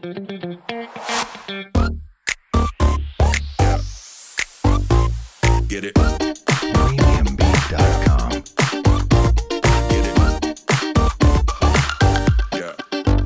Get it. Premiumbeat.com. Get it. Yeah.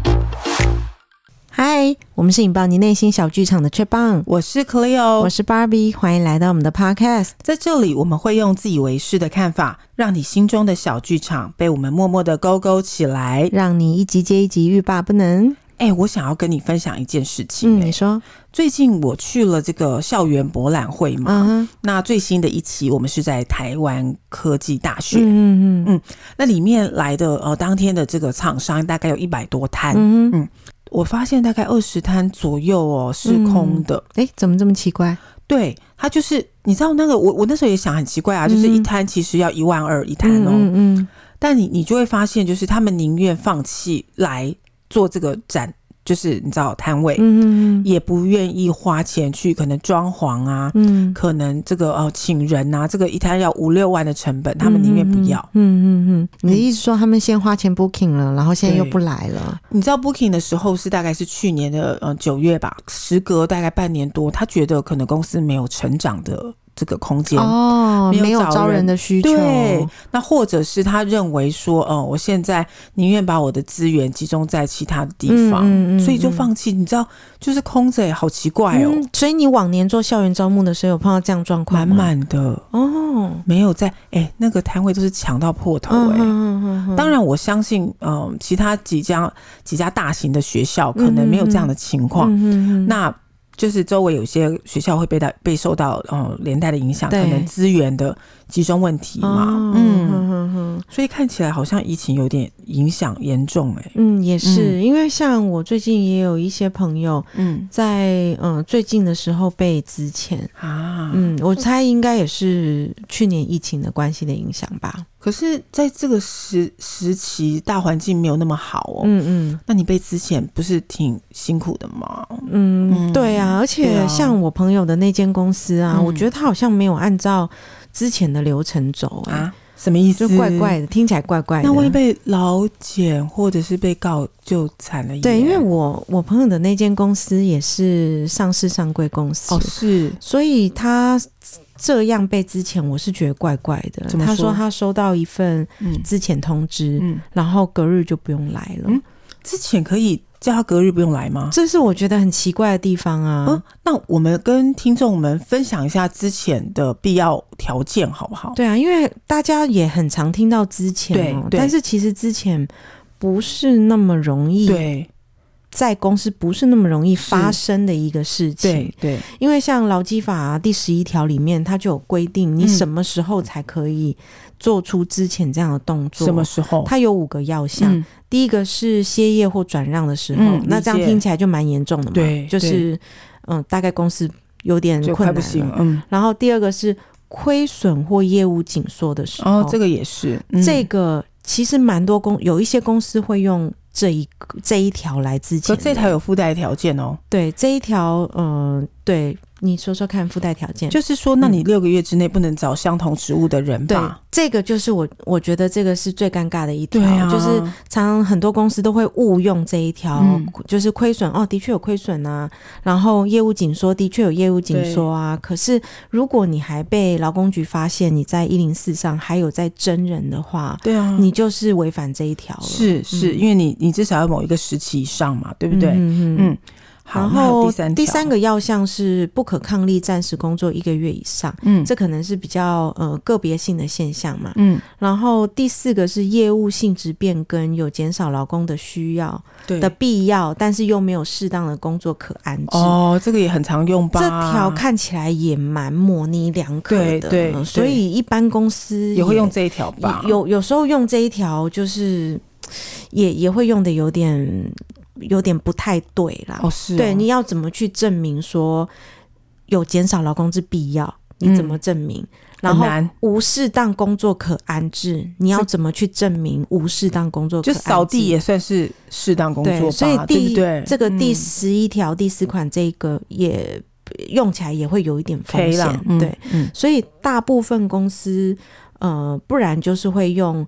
嗨，我们是引爆你内心小剧场的雀棒， 我是 Cleo， 我是 Barbie， 欢迎来到我们的 Podcast。 在这里我们会用自以为是的看法，让你心中的小剧场被我们默默的勾勾起来， 让你一集接一集欲罢不能。 我想要跟你分享一件事情。 你说。 最近我去了这个校园博览会嘛，那最新的一期我们是在台湾科技大学，那里面来的当天的这个厂商大概有100多摊，我发现大概20摊左右是空的。 怎么这么奇怪？ 对，它就是你知道那个我那时候也想很奇怪啊，就是一摊其实要12000一摊哦，但你就会发现，就是他们宁愿放弃来做这个展，就是你知道摊位，也不愿意花钱去可能装潢啊，可能这个请人啊，这个一摊要5-6万的成本，他们宁愿不要。 你的意思说他们先花钱 booking 了，然后现在又不来了？ 你知道 booking 的时候是大概是去年的9月吧，时隔大概半年多，他觉得可能公司没有成长的这个空间， 没有招人的需求。 对，那或者是他认为说，我现在宁愿把我的资源集中在其他的地方，所以就放弃。你知道，就是空着，好奇怪哦。 所以你往年做校园招募的时候，有碰到这样状况吗？ 满满的没有在那个摊位都是抢到破头当然，我相信其他几家大型的学校可能没有这样的情况。那就是周围有些学校会被受到连带的影响，可能资源的集中问题嘛，所以看起来好像疫情有点影响严重也是，因为像我最近也有一些朋友，在最近的时候被资遣我猜应该也是去年疫情的关系的影响吧。 可是在这个时期大环境没有那么好那你被资遣不是挺辛苦的吗？ 对啊，而且像我朋友的那间公司啊，我觉得他好像没有按照之前的流程走什么意思？ 就怪怪的，听起来怪怪的。 那会被劳检或者是被告就惨了。 对，因为我朋友的那间公司也是上市上柜公司是， 所以他这样被资遣我是觉得怪怪的。他说他收到一份资遣通知，然后隔日就不用来了。 资遣可以叫他隔日不用来吗？ 这是我觉得很奇怪的地方啊。 那我们跟听众们分享一下资遣的必要条件好不好？ 对啊，因为大家也很常听到资遣但是其实资遣不是那么容易，在公司不是那么容易发生的一个事情。对，因为像劳基法第11条里面它就有规定你什么时候才可以做出资遣这样的动作。 什么时候？它有5个要项。第一个是歇业或转让的时候，那这样听起来就蛮严重的嘛。 对， 就是大概公司有点困难了， 就快不行然后第二个是亏损或业务紧缩的时候。 这个也是这个其实蛮多有一些公司会用这一条来资遣。 可这条有附带条件对，这一条对，你说说看附带条件。 就是说那你6个月之内不能找相同职务的人吧。 对，这个就是我觉得这个是最尴尬的一条。就是常常很多公司都会误用这一条，就是亏损的确有亏损啊，然后业务紧缩的确有业务紧缩啊。可是如果你还被劳工局发现你在104上还有在征人的话，你就是违反这一条了。 是因为你至少要某一个时期以上嘛，对不对？ 然后第三个要项是不可抗力暂时工作1个月以上，这可能是比较个别性的现象嘛。然后第4个是业务性质变更有减少劳工的需要的必要，但是又没有适当的工作可安置。 这个也很常用吧。 这条看起来也蛮模棱两可的， 对， 所以一般公司也会用这一条吧。 有时候用这一条就是也会用的有点不太对啦。对，你要怎么去证明说有减少劳工之必要？你怎么证明？然后无适当工作可安置，你要怎么去证明无适当工作可安置？ 就扫地也算是适当工作吧， 所以对不对？ 这个第11条第4款这个也用起来也会有一点风险。对，所以大部分公司不然就是会用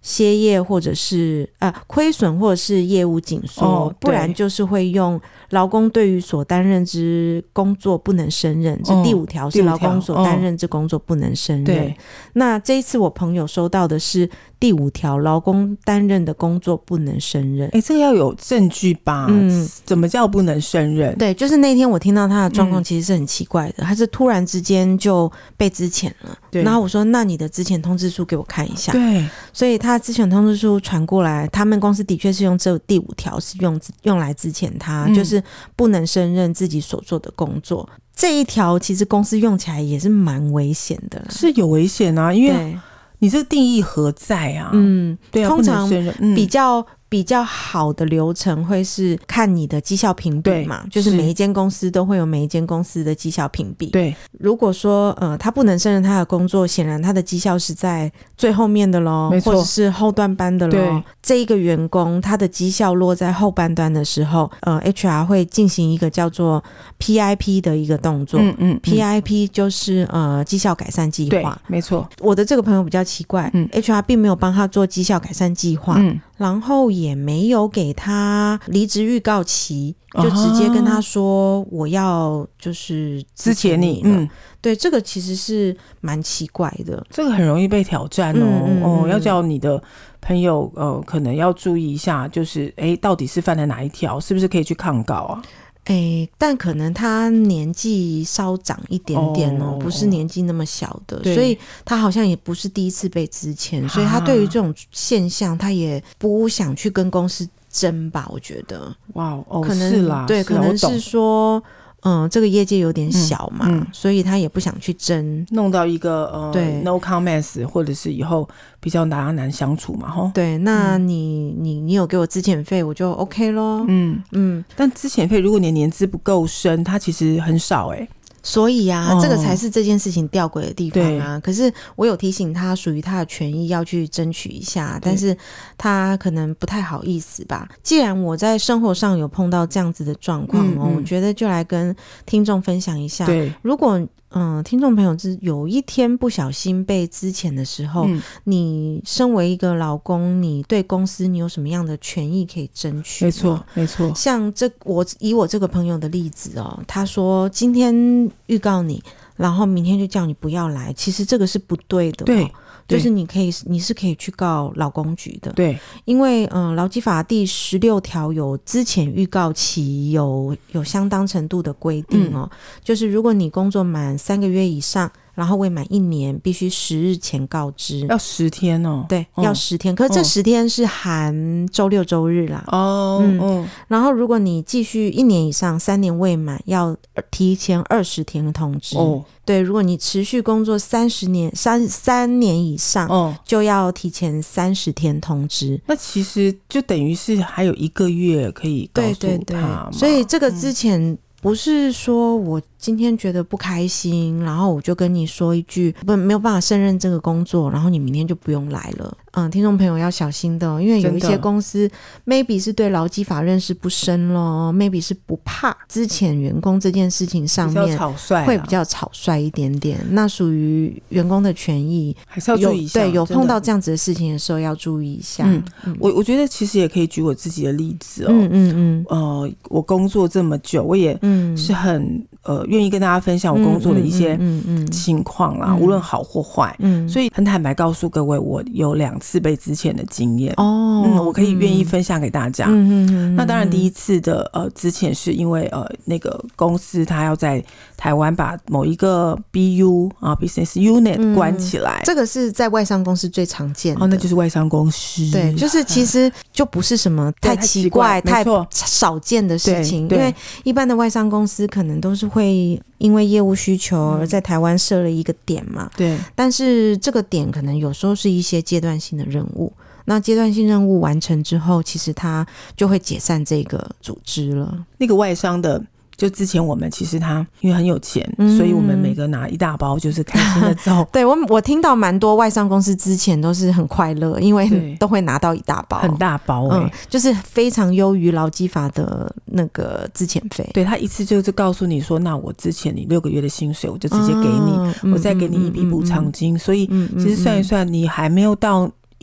歇业或者是亏损或者是业务紧缩，不然就是会用劳工对于所担任之工作不能胜任，这第5条是劳工所担任之工作不能胜任。那这一次我朋友收到的是第5条，劳工担任的工作不能胜任。 这个要有证据吧？怎么叫不能胜任？ 对，就是那天我听到他的状况其实是很奇怪的，他是突然之间就被资遣了。然后我说那你的资遣通知书给我看一下。对，所以他资遣通知书传过来，他们公司的确是用这第5条是用来资遣他，就是不能胜任自己所做的工作。这一条其实公司用起来也是蛮危险的啦， 是有危险啊，因为你这个定义何在啊？对啊， 通常比较好的流程会是看你的绩效评比嘛，就是每一间公司都会有每一间公司的绩效评比。对，如果说他不能胜任他的工作，显然他的绩效是在最后面的咯，或者是后段班的咯。这一个员工他的绩效落在后半段的时候，HR 会进行一个叫做 PIP 的一个动作。PIP 就是绩效改善计划。对，没错。我的这个朋友比较奇怪，HR 并没有帮他做绩效改善计划。然后也没有给他离职预告期，就直接跟他说我要就是资遣你了。对，这个其实是蛮奇怪的，这个很容易被挑战哦。要叫你的朋友可能要注意一下，就是到底是犯了哪一条，是不是可以去抗告啊？ 但可能他年纪稍长一点点不是年纪那么小的，所以他好像也不是第一次被资遣，所以他对于这种现象他也不想去跟公司争吧，我觉得。哇，可能是啦，对，可能是说这个业界有点小嘛，所以他也不想去争， 弄到一个对 no comments， 或者是以后比较难相处嘛，吼。 对，那你有给我资遣费，我就 OK 咯。 但资遣费如果你年资不够深，它其实很少所以啊，这个才是这件事情吊诡的地方啊。可是我有提醒他，属于他的权益要去争取一下，但是他可能不太好意思吧。既然我在生活上有碰到这样子的状况我觉得就来跟听众分享一下。对，如果听众朋友有一天不小心被资遣的时候，你身为一个劳工，你对公司你有什么样的权益可以争取？没错没错。像以我这个朋友的例子他说今天预告你，然后明天就叫你不要来，其实这个是不对的。对，就是你是可以去告劳工局的。对，因为劳基法第16条有资遣预告期，有相当程度的规定就是如果你工作满3个月以上，然后未满1年，必须10日前告知。 要10天对， 要10天。可是这10天是含周六周日啦。然后如果你继续1年以上，3年未满，要提前20天通知。对，如果你持续工作3年以上，就要提前30天通知。 那其实就等于是还有1个月可以告诉他嘛。 所以这个之前不是说我今天觉得不开心，然后我就跟你说一句没有办法胜任这个工作，然后你明天就不用来了。听众朋友要小心的因为有一些公司 maybe 是对劳基法认识不深咯， maybe 是不怕资遣员工这件事情上面会比较草率一点点，那属于员工的权益还是要注意一下。 对，有碰到这样子的事情的时候要注意一下。 我觉得其实也可以举我自己的例子我工作这么久，我也是很愿意跟大家分享我工作的一些情况啦，无论好或坏。所以很坦白告诉各位，我有2次被资遣的经验我可以愿意分享给大家。那当然第一次的资遣是因为那个公司他要在台湾把某一个 BU business unit 关起来， 这个是在外商公司最常见的那就是外商公司。 对，就是其实就不是什么太奇怪太少见的事情，因为一般的外商公司可能都是会因为业务需求而在台湾设了一个点嘛。对，但是这个点可能有时候是一些阶段性的任务，那阶段性任务完成之后，其实他就会解散这个组织了。 那个外商的就之前我们其实他因为很有钱所以我们每个拿1大包就是开心的走对，我听到蛮多外商公司之前都是很快乐，因为都会拿到1大包， 很大包就是非常优于劳基法的那个资遣费。 对，他一次就是告诉你说，那我之前你6个月的薪水我就直接给你我再给你一笔补偿金所以其实算一算你还没有到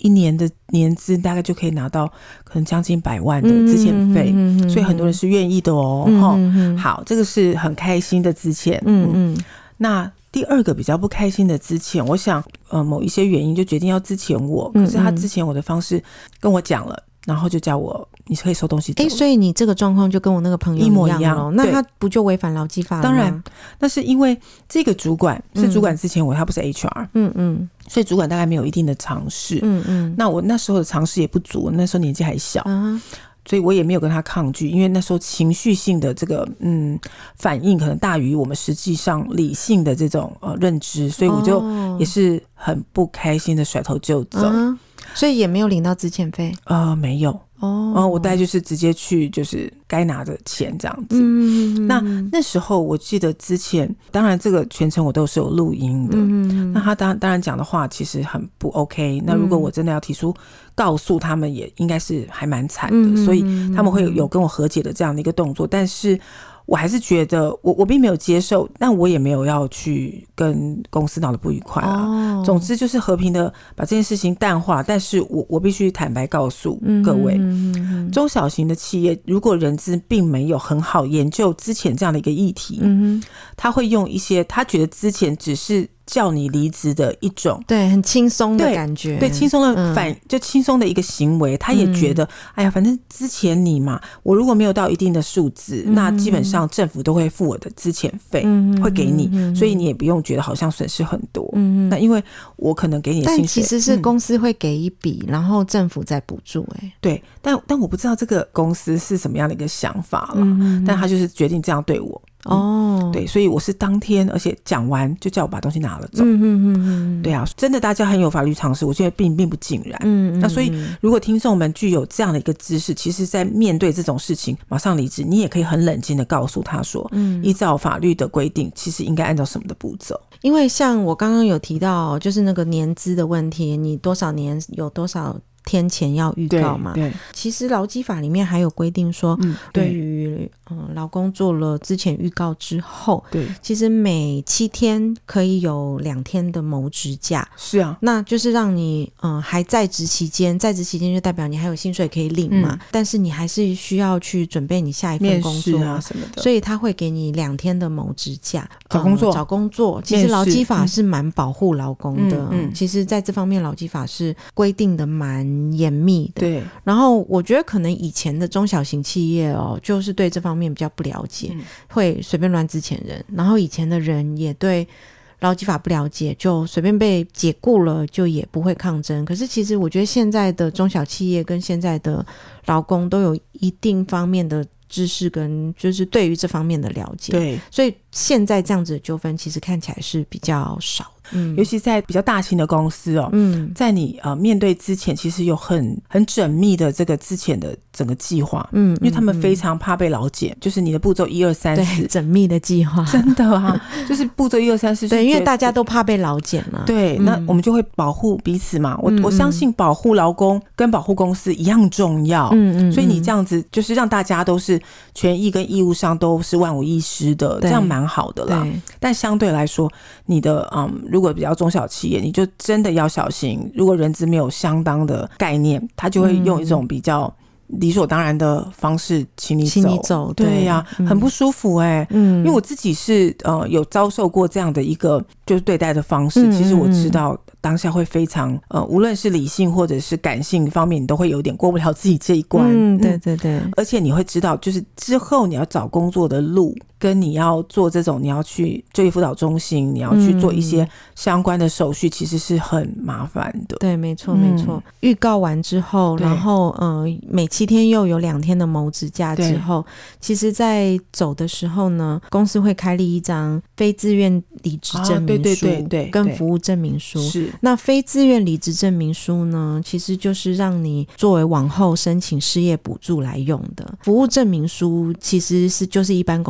一年的年资大概就可以拿到可能将近100万的资遣费，所以很多人是愿意的哦。好，这个是很开心的资遣。那第二个比较不开心的资遣，我想某一些原因就决定要资遣我，可是他资遣我的方式跟我讲了，然后就叫我你可以收东西走。 所以你这个状况就跟我那个朋友一模一样， 那他不就违反劳基法了吗？ 当然，那是因为这个主管是主管之前他不是 HR，所以主管大概没有一定的常识，那我那时候的常识也不足，那时候年纪还小，所以我也没有跟他抗拒，因为那时候情绪性的这个反应可能大于我们实际上理性的这种认知，所以我就也是很不开心的甩头就走。 所以也没有领到资遣费？ 没有。我大概就是直接去就是该拿的钱这样子。那时候我记得之前，当然这个全程我都是有录音的。那他当然讲的话其实很不 OK。那如果我真的要提出告诉他们，也应该是还蛮惨的。所以他们会有跟我和解的这样的一个动作，但是我还是觉得我并没有接受，但我也没有要去跟公司闹得不愉快啦。总之就是和平的把这件事情淡化，但是我必须坦白告诉各位，中小型的企业如果人资并没有很好研究资遣这样的一个议题，他会用一些他觉得资遣只是叫你离职的一种， 对，很轻松的感觉， 对，轻松的就轻松的一个行为，他也觉得哎呀，反正之前你嘛，我如果没有到一定的数字，那基本上政府都会付我的资遣费，会给你，所以你也不用觉得好像损失很多。那因为我可能给你的薪水， 但其实是公司会给一笔，然后政府再补助。 对，但我不知道这个公司是什么样的一个想法了，但他就是决定这样对我。对，所以我是当天，而且讲完就叫我把东西拿了走。对啊，真的大家很有法律常识，我觉得并不尽然。那所以如果听众们具有这样的一个知识，其实在面对这种事情马上离职，你也可以很冷静的告诉他说，依照法律的规定其实应该按照什么的步骤。 因为像我刚刚有提到就是那个年资的问题，你多少年有多少天前要预告嘛？ 对， 其实劳基法里面还有规定说，对于劳工做了资遣预告之后，对，其实每7天可以有2天的谋职假。 是啊， 那就是让你还在职期间，在职期间就代表你还有薪水可以领嘛，但是你还是需要去准备你下一份工作面试啊什么的， 所以他会给你2天的谋职假， 找工作。其实劳基法是蛮保护劳工的，其实在这方面劳基法是规定的蛮严密的。 对， 然后我觉得可能以前的中小型企业就是对这方面比较不了解，会随便乱资遣人，然后以前的人也对劳基法不了解，就随便被解雇了就也不会抗争。可是其实我觉得现在的中小企业跟现在的劳工都有一定方面的知识跟就是对于这方面的了解， 对， 所以现在这样子的纠纷其实看起来是比较少。 尤其在比较大型的公司在你面对资遣其实有很缜密的这个资遣的整个计划，因为他们非常怕被劳检，就是你的步骤1、2、3、4， 对，缜密的计划， 真的啊，就是步骤1、2、3、4， 对，因为大家都怕被劳检嘛， 对，那我们就会保护彼此嘛。我相信保护劳工跟保护公司一样重要，所以你这样子就是让大家都是权益跟义务上都是万无一失的，这样蛮好的啦。但相对来说，你的如果比较中小企业，你就真的要小心，如果人资没有相当的概念，他就会用一种比较理所当然的方式请你走，对呀，很不舒服因为我自己是有遭受过这样的一个就是对待的方式，其实我知道当下会非常无论是理性或者是感性方面，你都会有点过不了自己这一关， 对对对， 而且你会知道就是之后你要找工作的路跟你要做这种你要去就业辅导中心，你要去做一些相关的手续，其实是很麻烦的。 对，没错没错。预告完之后，然后每7天又有2天的谋职假之后，其实在走的时候呢，公司会开立一张非自愿离职证明书，对，跟服务证明书。是，那非自愿离职证明书呢，其实就是让你作为往后申请失业补助来用的。服务证明书其实就是一般公司所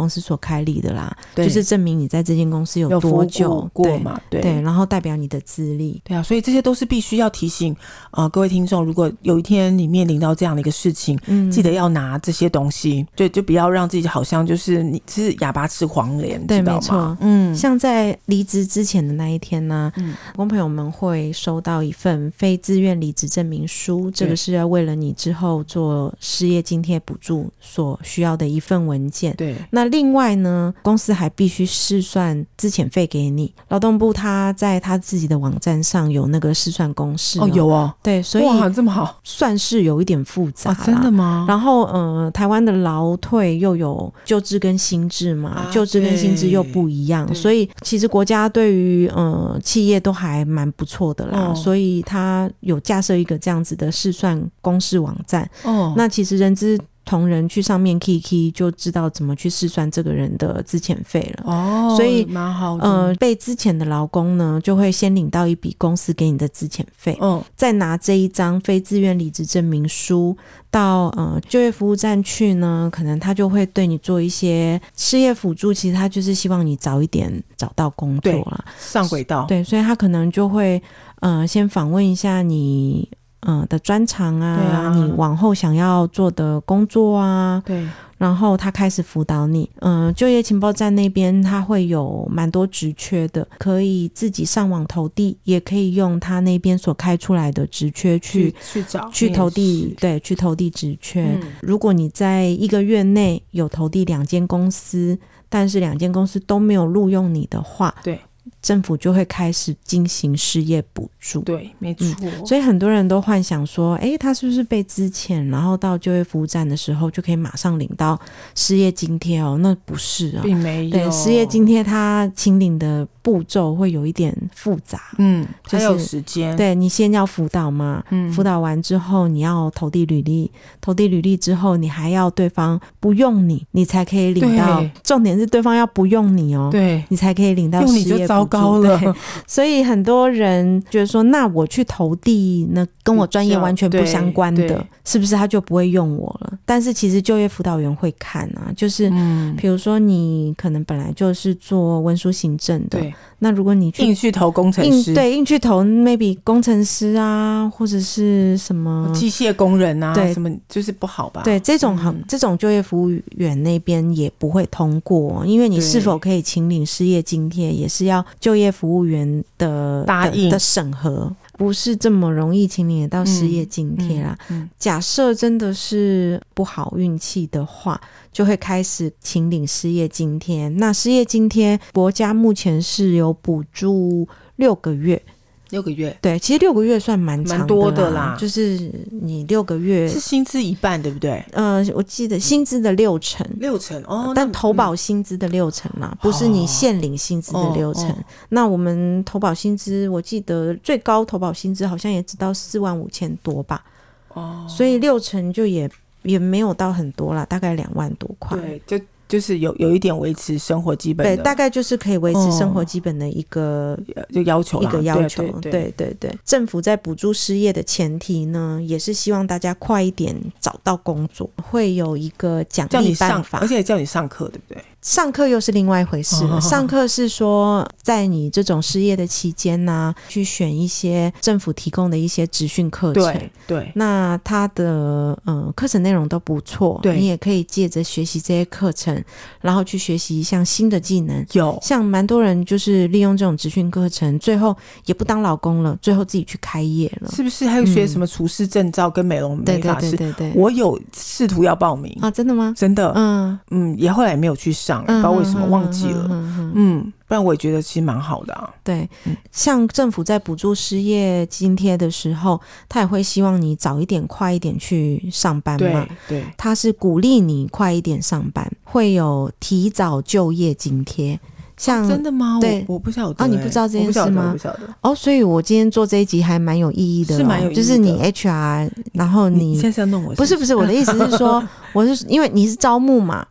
开立的啦，就是证明你在这间公司有多久过嘛，对， 然后代表你的资历。 对啊，所以这些都是必须要提醒各位听众，如果有一天你面临到这样的一个事情，记得要拿这些东西，就不要让自己好像就是你是哑巴吃黄连， 对， 知道吗？ 没错。像在离职之前的那一天呢，工朋友们会收到一份非自愿离职证明书，这个是要为了你之后做失业津贴补助所需要的一份文件。 对， 那另外呢，公司还必须试算资遣费给你。劳动部他在他自己的网站上有那个试算公式有哦， 对，所以哇，这么好， 算是有一点复杂啦。 真的吗？ 然后台湾的劳退又有旧制跟新制嘛，旧制跟新制又不一样，所以其实国家对于企业都还蛮不错的啦，所以他有架设一个这样子的试算公式网站。那其实人资同仁去上面 key 就知道怎么去试算这个人的资遣费了。所以蛮好的。 被资遣的劳工呢，就会先领到一笔公司给你的资遣费，再拿这一张非自愿离职证明书到就业服务站去呢，可能他就会对你做一些失业辅助，其实他就是希望你早一点找到工作啦， 上轨道。 对，所以他可能就会先访问一下你的专长啊，你往后想要做的工作啊， 对， 然后他开始辅导你。就业情报站那边他会有蛮多职缺的，可以自己上网投递，也可以用他那边所开出来的职缺去找去投递，对，去投递职缺。如果你在1个月内有投递2间公司，但是2间公司都没有录用你的话， 对， 政府就会开始进行失业补助。 对，没错。 所以很多人都幻想说，他是不是被资遣，然后到就业服务站的时候就可以马上领到失业津贴哦？那不是啊， 并没有。 对，失业津贴它请领的步骤会有一点复杂， 还有时间。 对，你先要辅导嘛，辅导完之后你要投递履历，投递履历之后你还要对方不用你，你才可以领到。重点是对方要不用你哦， 对， 你才可以领到失业补助。 用你就糟糕了。 所以很多人觉得说，那我去投递那跟我专业完全不相关的，是不是他就不会用我了？但是其实就业辅导员会看啊，就是比如说你可能本来就是做文书行政的，那如果你硬去投工程师， 硬去投 maybe 工程师啊，或者是什么机械工人啊，什么就是不好吧？ 对，这种就业服务员那边也不会通过，因为你是否可以请领失业津贴，也是要就业服务员的答应的审核，不是这么容易请领得到失业津贴啦。假设真的是不好运气的话，就会开始请领失业津贴。那失业津贴国家目前是有补助6个月。 6个月， 对，其实6个月算蛮长的啦， 蛮多的啦。 就是你6个月是薪资一半，对不对？ 我记得薪资的60%，但投保薪资的60%啦，不是你现领薪资的60%。那我们投保薪资，我记得最高投保薪资好像也只到45000多吧。所以60%就也没有到很多啦，大概2万多块。 对，就是有一点维持生活基本的， 对，大概就是可以维持生活基本的一个要求啦， 一个要求。 对。 政府在补助失业的前提呢，也是希望大家快一点找到工作，会有一个奖励办法， 而且叫你上课，对不对？ 上课又是另外一回事了。上课是说在你这种失业的期间呢，去选一些政府提供的一些职训课程。 对， 那它的课程内容都不错，你也可以借着学习这些课程，然后去学习一项新的技能。像蛮多人就是利用这种职训课程，最后也不当老公了，最后自己去开业了， 是不是？还有学什么厨师证照跟美容美发师？对，我有试图要报名啊，真的吗？ 真的，也后来也没有去上。不知道为什么忘记了，不然我也觉得其实蛮好的啊。 对，像政府在补助失业津贴的时候，他也会希望你早一点快一点去上班嘛。 对， 他是鼓励你快一点上班，会有提早就业津贴。像真的吗？ 对， 我不晓得。 你不知道这件事吗？ 我不晓得。 所以我今天做这一集还蛮有意义的， 是蛮有意义的。 就是你 HR， 然后你现在是要弄我？ 不是，我的意思是说，我是因为你是招募嘛，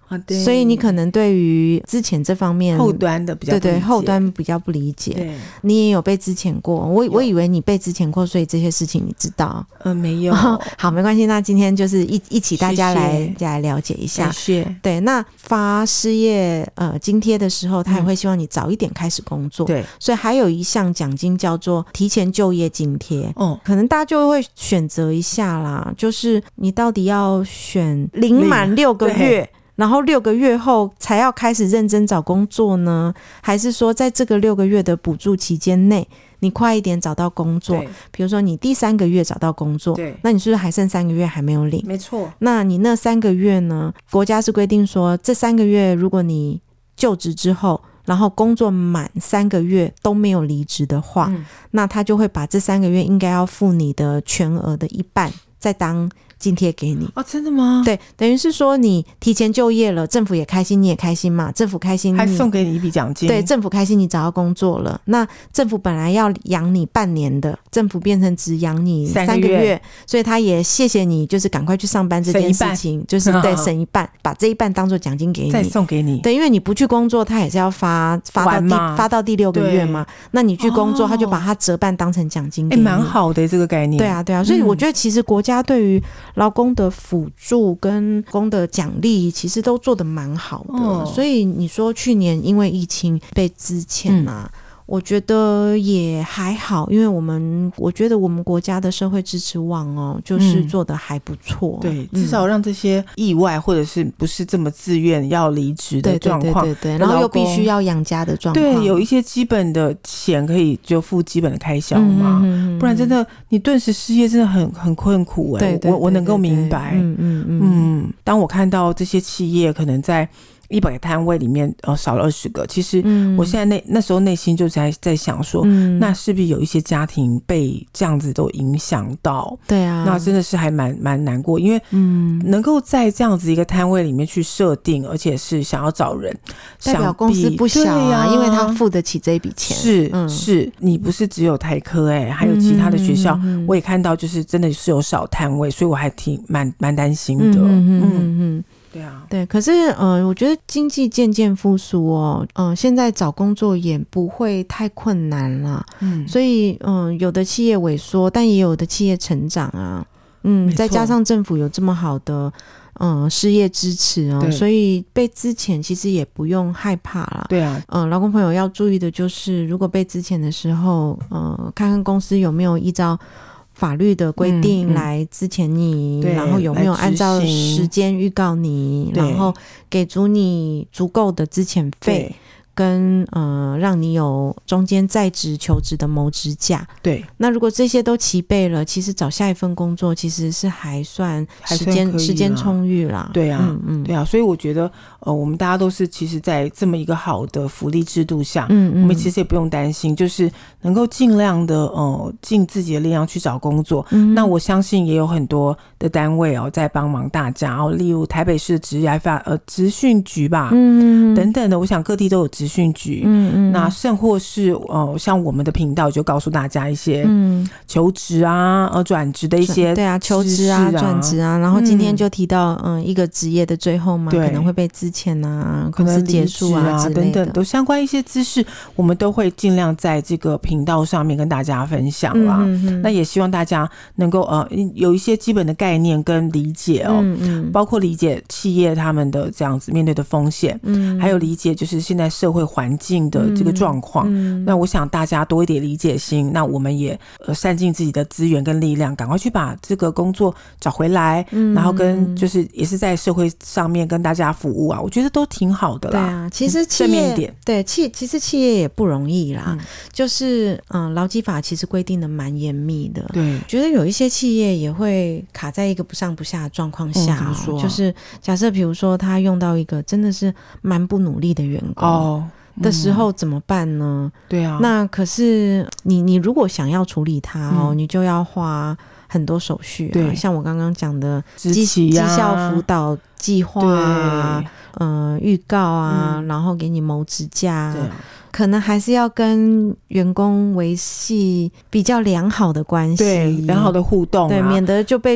对， 所以你可能对于资遣这方面后端的比较不理解， 对后端比较不理解。对，你也有被资遣过，我以为你被资遣过，所以这些事情你知道。 没有。 好，没关系。那今天就是一起大家来了解一下。 谢谢。 对，那发失业津贴的时候，他也会希望你早一点开始工作。对，所以还有一项奖金叫做提前就业津贴。可能大家就会选择一下啦，就是你到底要选领满6个月。然后6个月后才要开始认真找工作呢，还是说在这个6个月的补助期间内你快一点找到工作？比如说你第3个月找到工作，那你是不是还剩3个月还没有领？ 没错。 那你那3个月呢，国家是规定说这3个月如果你就职之后然后工作满3个月都没有离职的话，那他就会把这3个月应该要付你的全额的一半再当津贴给你。 真的吗？ 对，等于是说你提前就业了，政府也开心，你也开心嘛，政府开心， 还送给你一笔奖金。 对，政府开心你找到工作了，那政府本来要养你半年的，政府变成只养你3个月，所以他也谢谢你，就是赶快去上班这件事情，就是对省一半，把这一半当做奖金给你， 再送给你。 对，因为你不去工作，他也是要发到第6个月嘛，那你去工作，他就把它折半当成奖金给你。 蛮好的这个概念。 对啊，所以我觉得其实国家对于劳工的辅助跟工的奖励其实都做得蛮好的。所以你说去年因为疫情被资遣啊，我觉得也还好，因为我觉得我们国家的社会支持网就是做得还不错。 对，至少让这些意外或者是不是这么自愿要离职的状况， 对，然后又必须要养家的状况， 对，有一些基本的钱可以就付基本的开销嘛，不然真的你顿时失业真的很困苦。我能够明白。当我看到这些企业可能在100个摊位里面少了20个，其实我现在那时候内心就在想说，那势必有一些家庭被这样子都影响到。对啊，那真的是还蛮难过，因为能够在这样子一个摊位里面去设定，而且是想要找人， 代表公司不小啊，因为他付得起这一笔钱。 是你不是只有台科还有其他的学校，我也看到就是真的是有少摊位，所以我还蛮担心的。对啊， 对，可是我觉得经济渐渐复苏现在找工作也不会太困难了。所以有的企业萎缩，但也有的企业成长啊。再加上政府有这么好的失业支持所以被资遣其实也不用害怕啦。 对啊， 劳工朋友要注意的就是，如果被资遣的时候，看看公司有没有依照法律的规定来资遣你，然后有没有按照时间预告你，然后给足你足够的资遣费，跟让你有中间在职求职的谋职假。对，那如果这些都齐备了，其实找下一份工作其实是还算时间充裕啦。 对啊，对啊，所以我觉得我们大家都是其实在这么一个好的福利制度下，我们其实也不用担心，就是能够尽量的尽自己的力量去找工作。那我相信也有很多的单位在帮忙大家例如台北市的职训局吧，等等的，我想各地都有职训局。那甚或是像我们的频道就告诉大家一些求职啊转职的一些对啊求职啊转职啊，然后今天就提到一个职业的最后嘛，可能会被资遣啊，公司结束啊之类的等等，都相关一些知识我们都会尽量在这个频道上面跟大家分享啦。那也希望大家能够有一些基本的概念跟理解包括理解企业他们的这样子面对的风险，还有理解就是现在社会环境的这个状况。那我想大家多一点理解心，那我们也善尽自己的资源跟力量，赶快去把这个工作找回来，然后跟就是也是在社会上面跟大家服务我觉得都挺好的啦。 对啊，其实企业其实企业也不容易啦，就是劳基法其实规定的蛮严密的。对，觉得有一些企业也会卡在一个不上不下的状况下怎么说就是假设比如说他用到一个真的是蛮不努力的员工的时候怎么办呢？对啊，那可是你如果想要处理它你就要花很多手续像我刚刚讲的绩效辅导计划预告然后给你谋职假可能还是要跟员工维系比较良好的关系， 对，良好的互动对，免得就被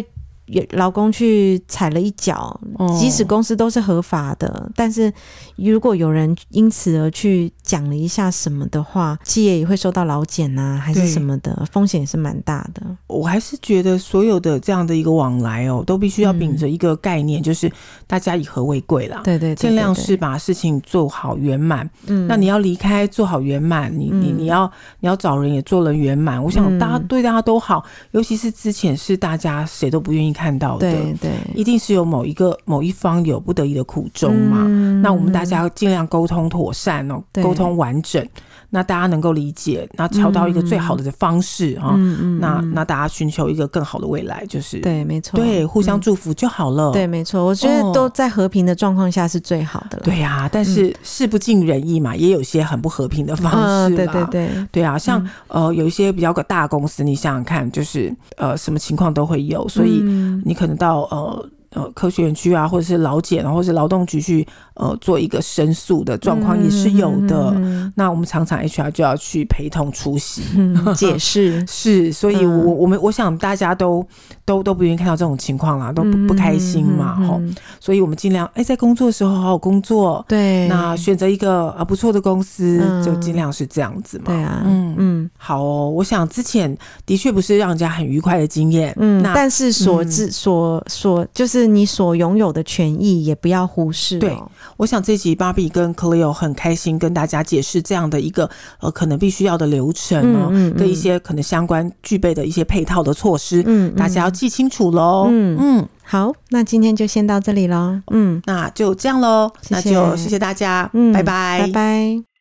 劳工去踩了一脚，即使公司都是合法的，但是如果有人因此而去讲了一下什么的话，企业也会受到劳检啊还是什么的，风险也是蛮大的。 我还是觉得所有的这样的一个往来都必须要秉着一个概念，就是大家以和为贵啦。 对对对， 尽量是把事情做好圆满。那你要离开做好圆满，你要找人也做人圆满。我想大家都好，尤其是之前是大家谁都不愿意看到的， 对对， 一定是有某一方有不得已的苦衷嘛。那我们大家尽量沟通妥善沟通完整，那大家能够理解，那找到一个最好的方式那大家寻求一个更好的未来，就是对，没错， 对，互相祝福就好了。 对，没错，我觉得都在和平的状况下是最好的了。 对啊，但是事不尽人意嘛，也有些很不和平的方式啦。 对对对， 对啊，像有一些比较大公司，你想想看，就是什么情况都会有，所以你可能到科学园区啊，或者是劳检，或者是劳动局去做一个申诉的状况也是有的。那我们常常 HR 就要去陪同出席， 解释是，所以我想大家都不愿意看到这种情况啦，都不开心嘛，所以我们尽量在工作的时候好好工作，对，那选择一个不错的公司，就尽量是这样子嘛。 对啊， 好我想之前的确不是让人家很愉快的经验， 但是就是你所拥有的权益也不要忽视。 对，我想这集 Barbie 跟 Cleo 很开心跟大家解释这样的一个可能必须要的流程跟一些可能相关具备的一些配套的措施，大家要记清楚咯。 好，那今天就先到这里咯。 那就这样咯。那就谢谢大家，拜拜， 拜拜。